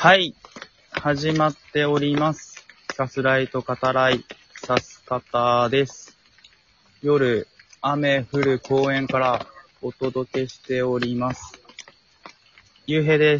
はい。始まっております。さすらいと語らい、さす方です。夜、雨降る公園からお届けしております。ゆうへいです。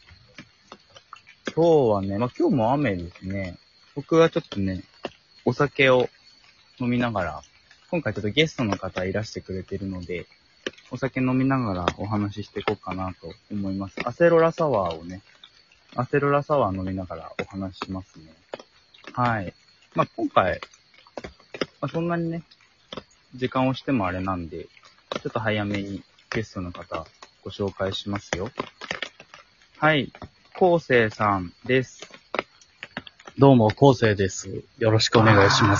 今日はね、今日も雨ですね。僕はちょっとね、お酒を飲みながら、今回ちょっとゲストの方いらしてくれてるので、お酒飲みながらお話ししていこうかなと思います。アセロラサワー飲みながらお話しますね。はい。今回、そんなにね、時間をしてもあれなんで、ちょっと早めにゲストの方ご紹介しますよ。はい。こうせいさんです。 どうも、こうせいです。よろしくお願いします。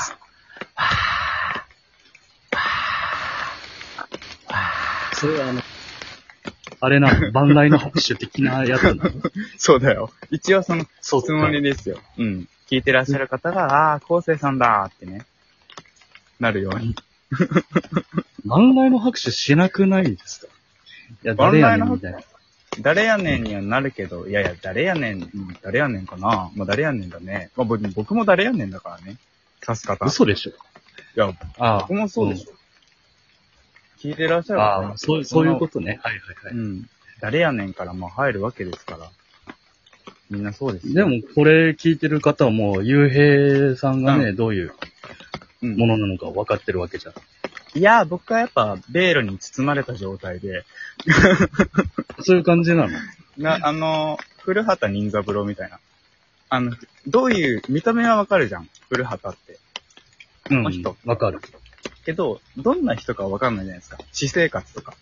それはあれなの、万来の拍手的なやつなのそうだよ。一応そのつもりですよ。うん。聞いてらっしゃる方が、こうせいさんだーってね、なるように。 万来の拍手しなくないですか？いや、誰やねんみたいな。 誰やねんにはなるけど、いやいや、誰やねんかな。誰やねんだね。僕も誰やねんだからね。さす方。 嘘でしょ？いや、僕もそうでしょ。聞いてらっしゃる方ね。 そういうことね。はいはいはい。 うん。誰やねんから入るわけですから。みんなそうですよ。 でも、これ聞いてる方はもう、ゆうへいさんがね、どういうものなのか分かってるわけじゃん。 いや、僕はやっぱ、ベールに包まれた状態で。 そういう感じなの？古畑任三郎みたいな。どういう、見た目はわかるじゃん。古畑って。 うん。わかる。 けど、どんな人かわかんないじゃないですか。私生活とか。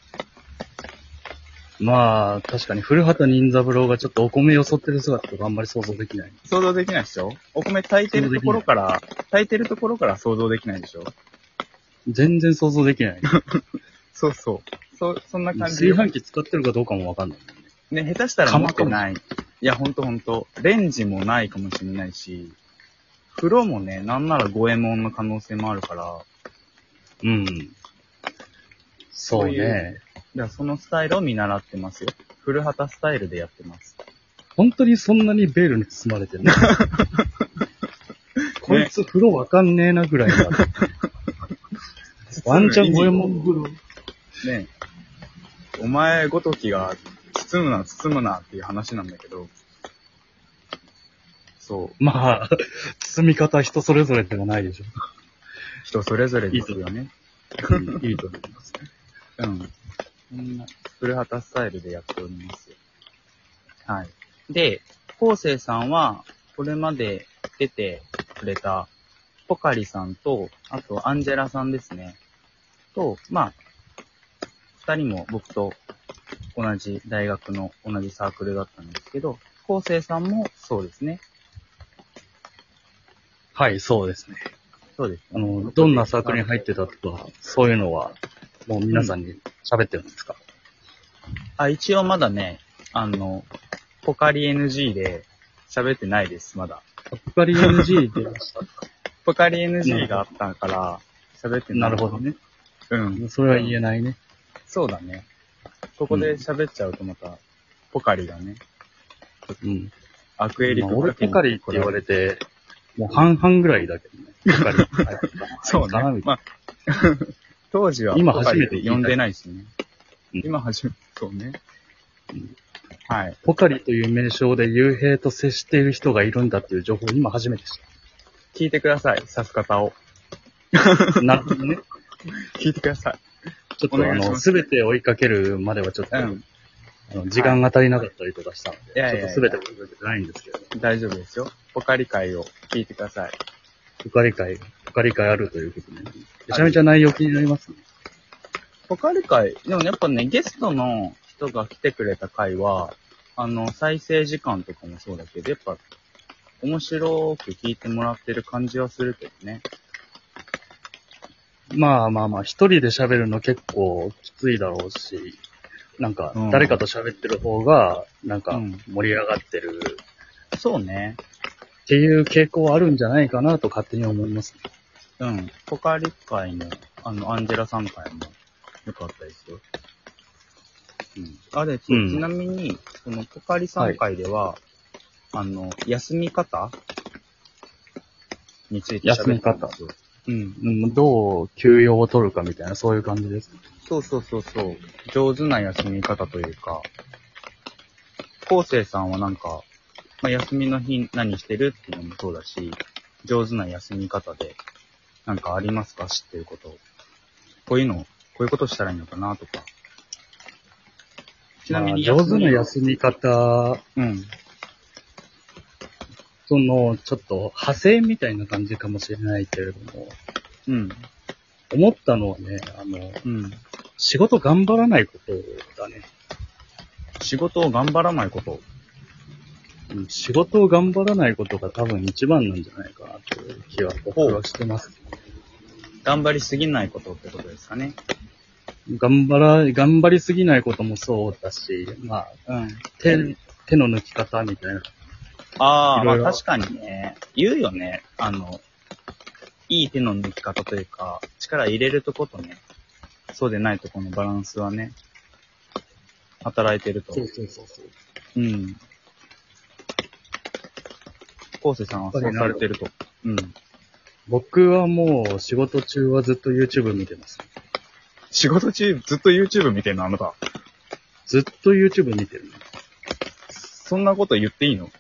確かに古畑任三郎がちょっとお米よそってる姿とかあんまり想像できない。 想像できないでしょ？お米炊いてるところから想像できないでしょ？ 全然想像できない。 そう。そんな感じ。 炊飯器使ってるかどうかもわかんない。 ね、下手したら持ってない。いや、ほんと。レンジもないかもしれないし、風呂もね、なんなら五右衛門の可能性もあるから。 うん。そうね。 だからそのスタイルを見習ってますよ。古畑スタイルでやってます。 本当にそんなにベールに包まれてるの？こいつ風呂わかんねえなぐらいだ。ワンチャン五右衛門風呂。 ねお前ごときが包むなっていう話なんだけど。そう。 包み方人それぞれではないでしょ。 人それぞれですよね。 いいと思います。 うん。そんな、古畑スタイルでやっております。はい。で、こうせいさんは、これまで出てくれた、ポカリさんと、あとアンジェラさんですね。と、二人も僕と同じ大学の同じサークルだったんですけど、こうせいさんもそうですね。 はい、そうですね。 そうです。 どんなサークルに入ってたとか、そういうのは、もう皆さんに喋ってるんですか？ 一応まだね、ポカリ NG で喋ってないです、まだ。 ポカリ NG 出ました。 ポカリ NG があったから喋ってない。 なるほどね。 うん。 それは言えないね。 そうだね。ここで喋っちゃうとまた、ポカリがね。 うん。 悪エリク俺ポカリって言われて、もう半々ぐらいだけどね。ポカリ。 そうね。当時は今初めて呼んでないしね。今初めて、そうね。はい。 ポカリという名称で幽閉と接している人がいるんだっていう情報を今初めて知った。 聞いてください、指す方を。 なるほどね。 聞いてください。 ちょっとすべて追いかけるまではちょっと、時間が足りなかったりとかしたので、ちょっとすべて追いかけてないんですけど。 大丈夫ですよ。ポカリ会を聞いてください。 ポカリ会あるということで、めちゃめちゃ内容気になりますね。 ポカリ会、でもやっぱね、ゲストの人が来てくれた回は、再生時間とかもそうだけど、やっぱ、面白く聞いてもらってる感じはするけどね。 一人で喋るの結構きついだろうし、誰かと喋ってる方が、盛り上がってる。 そうね。 っていう傾向はあるんじゃないかなと勝手に思いますね。 うん。ポカリ会も、アンジェラさん会も良かったですよ。ちなみに、そのポカリさん会では、 休み方について休み方。うん。どう休養を取るかみたいな、そういう感じです。 そう。上手な休み方というか、昴生さんはなんか、まあ、休みの日何してるっていうのもそうだし、上手な休み方で、なんかありますか？知ってること。こういうことしたらいいのかなとか。 ちなみに、上手な休み方、 うん。 ちょっと派生みたいな感じかもしれないけれども、 うん。 思ったのはね、 うん。 仕事頑張らないことだね。 仕事を頑張らないこと。 仕事を頑張らないことが多分一番なんじゃないかなという気は僕はしてます。 頑張りすぎないことってことですかね。 頑張りすぎないこともそうだし、まあ、手の抜き方みたいな。 ああ、まあ確かにね、言うよね。いい手の抜き方というか、力入れるとことね、そうでないとこのバランスはね、働いてると。 そう。 うん。昴生さんはそうされてると。うん。 僕はもう仕事中はずっと YouTube 見てます。 仕事中ずっと YouTube 見てんのあなた。 ずっと YouTube 見てるの。 そんなこと言っていいの？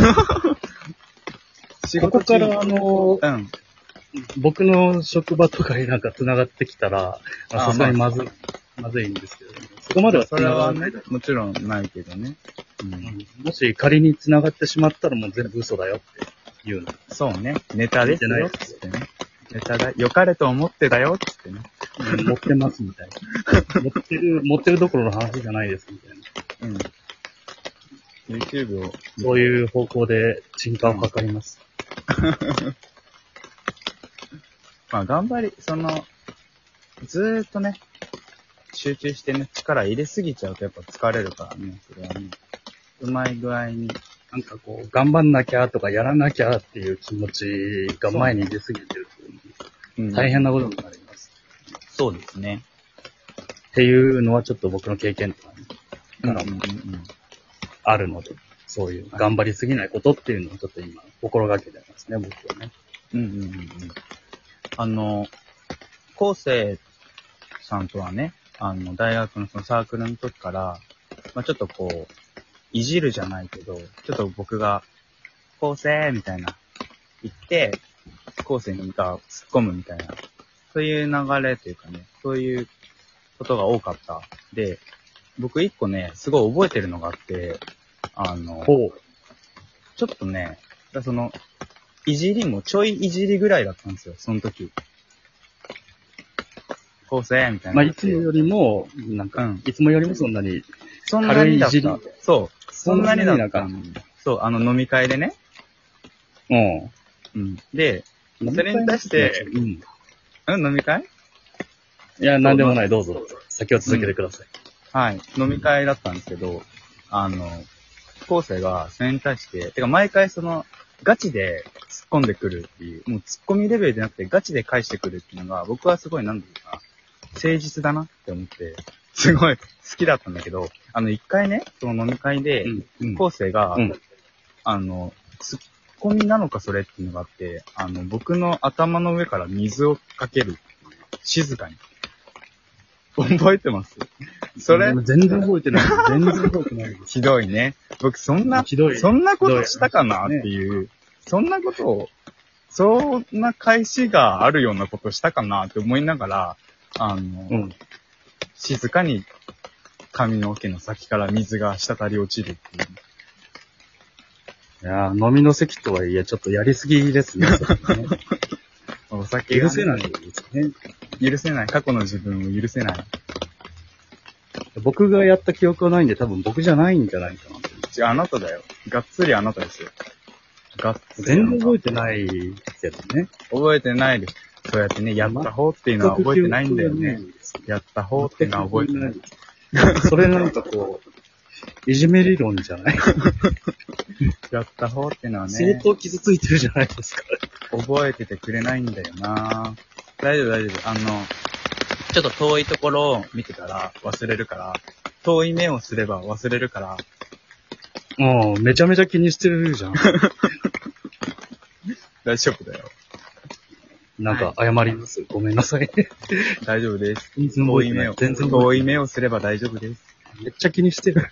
ここから僕の職場とかになんか繋がってきたら、さすがにまずいんですけど、ね、そこまでは繋がらない。 もちろんないけどね。 もし仮に繋がってしまったらもう全部嘘だよって言うの。 そうね。ネタですよってね。ネタだ。良かれと思ってだよってね。 持ってますみたいな。持ってるどころの話じゃないですみたいな。 YouTube を。 そういう方向で進化を図ります。 まあ頑張り、ずーっとね、集中してね、力入れすぎちゃうとやっぱ疲れるからね、それはね。うまい具合に。 なんかこう、頑張んなきゃとかやらなきゃっていう気持ちが前に出すぎてると、大変なことになります。 そうですね。 っていうのはちょっと僕の経験からもあるので、そういう頑張りすぎないことっていうのをちょっと今心がけてますね、僕はね。 昴生さんとはね、大学のそのサークルの時から、まあ、ちょっとこう、いじるじゃないけど、ちょっと僕が、昴生みたいな、言って、昴生に突っ込むみたいな、そういう流れというかね、そういうことが多かった。で、僕一個ね、すごい覚えてるのがあって、ちょっとね、いじりもちょいいじりぐらいだったんですよ、その時。昴生みたいな。 まあ、いつもよりも、いつもよりもそんなに、軽いいじり。 そう。そんなにだった。そう、飲み会でね。で、それに対して、飲み会？ いや、なんでもない、どうぞ。先を続けてください。 はい。飲み会だったんですけど、昴生がそれに対して、てか毎回ガチで突っ込んでくるっていう、もう突っ込みレベルでなくてガチで返してくるっていうのが、僕はすごいなんだろうな、誠実だなって思って、すごい好きだったんだけど、一回ね、その飲み会で、昴生が、突っ込みなのかそれっていうのがあって、僕の頭の上から水をかける。静かに。覚えてます？それ全然覚えてない。全然覚えてない。 ひどいね。僕そんなことしたかなっていう、そんな返しがあるようなことしたかなって思いながら、静かに髪の毛の先から水が滴り落ちるっていう。 いやー、飲みの席とはいえ、ちょっとやりすぎですね。 お酒が、 許せないですね。 許せない。過去の自分を許せない。 僕がやった記憶はないんで、多分僕じゃないんじゃないかな。 あなただよ。がっつりあなたですよ。 全然覚えてないけどね。 覚えてないです。そうやってね、やった方っていうのは覚えてないんだよね。やった方っていうのは覚えてない。 それなんかこう、いじめ理論じゃないやった方っていうのはね。 相当傷ついてるじゃないですか。 覚えててくれないんだよな。大丈夫。ちょっと遠いところを見てたら忘れるから、遠い目をすれば忘れるから、 もう、めちゃめちゃ気にしてるじゃん。 大丈夫だよ。 なんか、謝ります。ごめんなさい。 大丈夫です。 全然覚えてない。全然遠い覚えてない。 目をすれば大丈夫です。 めっちゃ気にしてる。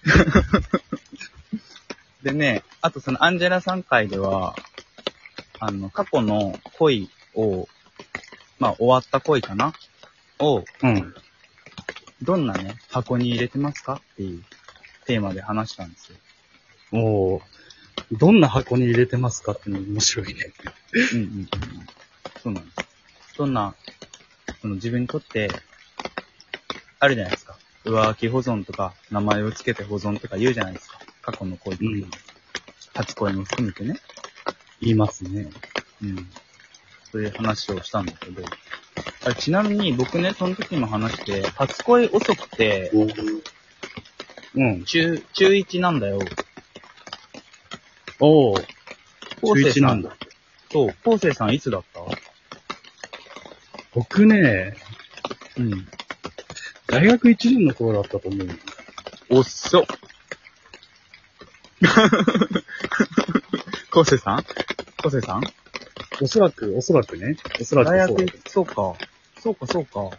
でね、あとそのアンジェラさん会では、過去の恋を、まあ終わった恋かなを、 うん。 どんなね、箱に入れてますかっていうテーマで話したんですよ。 もう、どんな箱に入れてますかっての面白いね。 うんうんうん。そうなんです。どんな、その自分にとって、あるじゃないですか。浮気保存とか、名前をつけて保存とか言うじゃないですか。過去の恋とか、 うん。 初恋も含めてね。 言いますね。 うん。そういう話をしたんだけど。あ、ちなみに僕ね、その時も話して、初恋遅くて、 うん。 中1なんだよ。 おー、中1 昴生さなんだ。 そう、昴生さんいつだった僕ね、 うん。 大学1年の頃だったと思う。 おっそ。昴生さん昴生さんおそらくね。おそらくそうだ大学、そうか。そうか、そうか。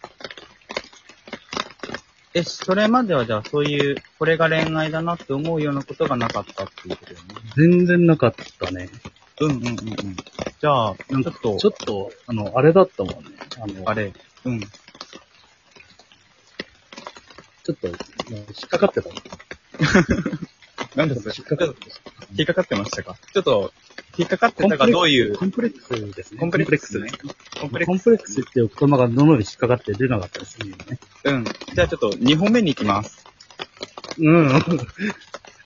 それまではじゃあそういう、これが恋愛だなって思うようなことがなかったっていうことだよね。 全然なかったね。 うんうんうんうん。じゃあ、 なんかちょっと、 ちょっと、あれだったもんね。 あれ、うん。 ちょっと、もう引っかかってたもん。 なんです引っかかって引っかかってましたかちょっと、引っかかってたがどういう、 コンプレックスですね。 コンプレックスね。コンプレコンプレックスっていう言葉がどのように引っかかって出なかったですね。 うん。じゃあちょっと2本目に行きます。 うん。